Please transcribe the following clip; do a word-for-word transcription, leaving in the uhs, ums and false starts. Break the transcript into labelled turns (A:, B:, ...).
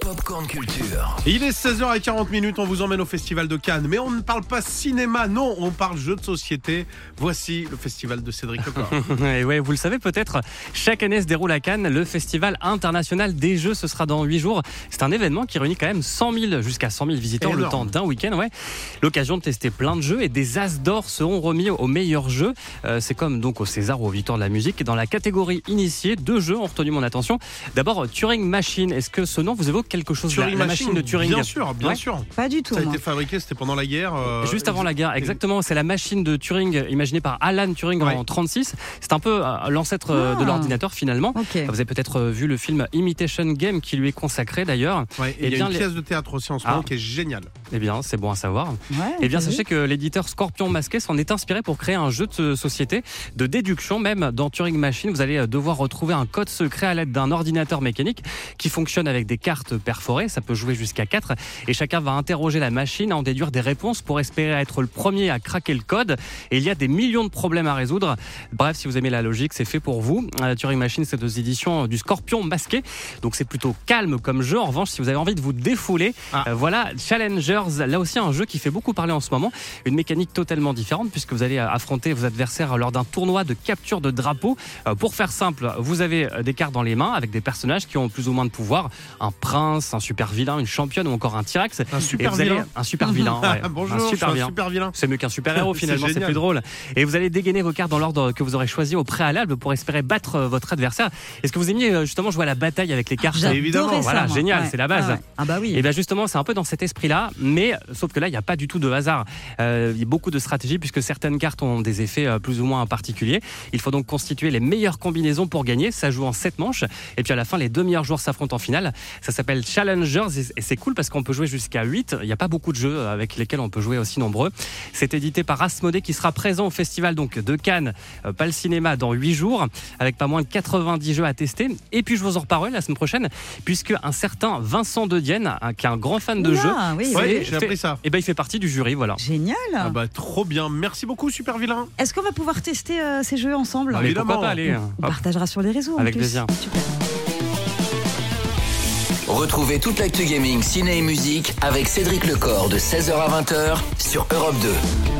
A: Popcorn Culture.
B: Il est seize heures quarante, on vous emmène au Festival de Cannes. Mais on ne parle pas cinéma, non, on parle jeux de société. Voici le Festival de Cédric Lecor.
C: Et ouais, vous le savez peut-être, chaque année se déroule à Cannes le Festival international des jeux. Ce sera dans huit jours. C'est un événement qui réunit quand même cent mille, jusqu'à cent mille visiteurs
B: Énorme.
C: Le temps d'un week-end. Ouais. L'occasion de tester plein de jeux et des as d'or seront remis aux meilleurs jeux. Euh, c'est comme donc au César ou aux Victoires de la musique. Et dans la catégorie initiée, deux jeux ont retenu mon attention. D'abord, Turing Machine. Est-ce que ce nom vous évoque quelque chose?
B: Turing
C: la, la
B: Machine,
C: machine de Turing.
B: Bien sûr, bien
C: Ouais.
B: sûr.
D: Pas du tout.
B: Ça a
D: moi.
B: été fabriqué, c'était pendant la guerre. euh,
C: Juste avant la guerre, exactement. C'est la machine de Turing imaginée par Alan Turing
B: Ouais.
C: en trente-six. C'est un peu euh, l'ancêtre euh, de
D: Ah.
C: l'ordinateur finalement.
D: Ok.
C: Vous avez peut-être euh, vu le film Imitation Game qui lui est consacré d'ailleurs.
B: Ouais, et
C: Eh
B: il y a
C: bien,
B: une
C: les-
B: pièce de théâtre aussi en ce
C: Ah.
B: moment qui est géniale.
C: Eh bien, c'est bon à savoir.
D: Ouais,
C: Eh bien,
D: t'as
C: sachez
D: vu
C: que l'éditeur Scorpion Masqué s'en est inspiré pour créer un jeu de société de déduction. Même dans Turing Machine, vous allez devoir retrouver un code secret à l'aide d'un ordinateur mécanique qui fonctionne avec des cartes perforées. Ça peut jouer jusqu'à quatre. Et chacun va interroger la machine, à en déduire des réponses pour espérer être le premier à craquer le code. Et il y a des millions de problèmes à résoudre. Bref, si vous aimez la logique, c'est fait pour vous. Euh, Turing Machine, c'est aux éditions du Scorpion Masqué. Donc c'est plutôt calme comme jeu. En revanche, si vous avez envie de vous défouler,
B: Ah.
C: euh, voilà Challengers. Là aussi, un jeu qui fait beaucoup parler en ce moment. Une mécanique totalement différente puisque vous allez affronter vos adversaires lors d'un tournoi de capture de drapeau. Euh, pour faire simple, vous avez des cartes dans les mains avec des personnages qui ont plus ou moins de pouvoir. Un prince, un super vilain, une championne ou encore un T-Rex.
B: Un super
C: Et vous allez-
B: vilain.
C: Un super vilain. Ouais.
B: Bonjour,
C: un
B: je suis
C: super
B: un
C: vilain.
B: super vilain.
C: C'est mieux qu'un super-héros
B: C'est
C: finalement, c'est
B: génial.
C: plus drôle. Et vous allez dégainer vos cartes dans l'ordre que vous aurez choisi au préalable pour espérer battre euh, votre adversaire. Est-ce que vous aimiez euh, justement jouer à la bataille avec les cartes?
D: J'adorais
B: évidemment.
D: ça,
C: Voilà,
D: moi.
C: génial,
D: Ouais.
C: c'est la base.
D: Ah, ouais. Ah bah oui.
C: Et bien justement, c'est un peu dans cet esprit-là, mais sauf que là, il n'y a pas du tout de hasard. Euh, il y a beaucoup de stratégies puisque certaines cartes ont des effets euh, plus ou moins particuliers. Il faut donc constituer les meilleures combinaisons pour gagner. Ça joue en sept manches. Et puis à la fin, les deux meilleurs joueurs s'affrontent en finale. Ça s'appelle Challengers et c'est cool parce qu'on peut jouer jusqu'à huit. Il n'y a pas beaucoup de jeux avec lesquels on peut jouer aussi nombreux. C'est édité par Asmodée qui sera présent au festival donc de Cannes, euh, pas le cinéma, dans huit jours, avec pas moins de quatre-vingt-dix jeux à tester. Et puis je vous en reparlerai la semaine prochaine, puisque un certain Vincent De Dienne, hein, qui est un grand fan de
D: Oula,
C: jeux,
D: oui,
B: Ouais,
C: fait-
B: j'ai appris ça.
C: et ben il fait partie du jury, voilà.
D: Génial.
B: Ah bah trop bien. Merci beaucoup, super vilain.
D: Est-ce qu'on va pouvoir tester euh, ces jeux ensemble?
B: Bah,
C: Mais
B: évidemment.
C: pourquoi pas aller
D: On
C: hop.
D: partagera sur les réseaux. en
C: Avec
D: plus.
C: plaisir.
D: Super.
A: Retrouvez toute l'actu gaming, ciné et musique avec Cédric Lecor de seize heures à vingt heures sur Europe deux.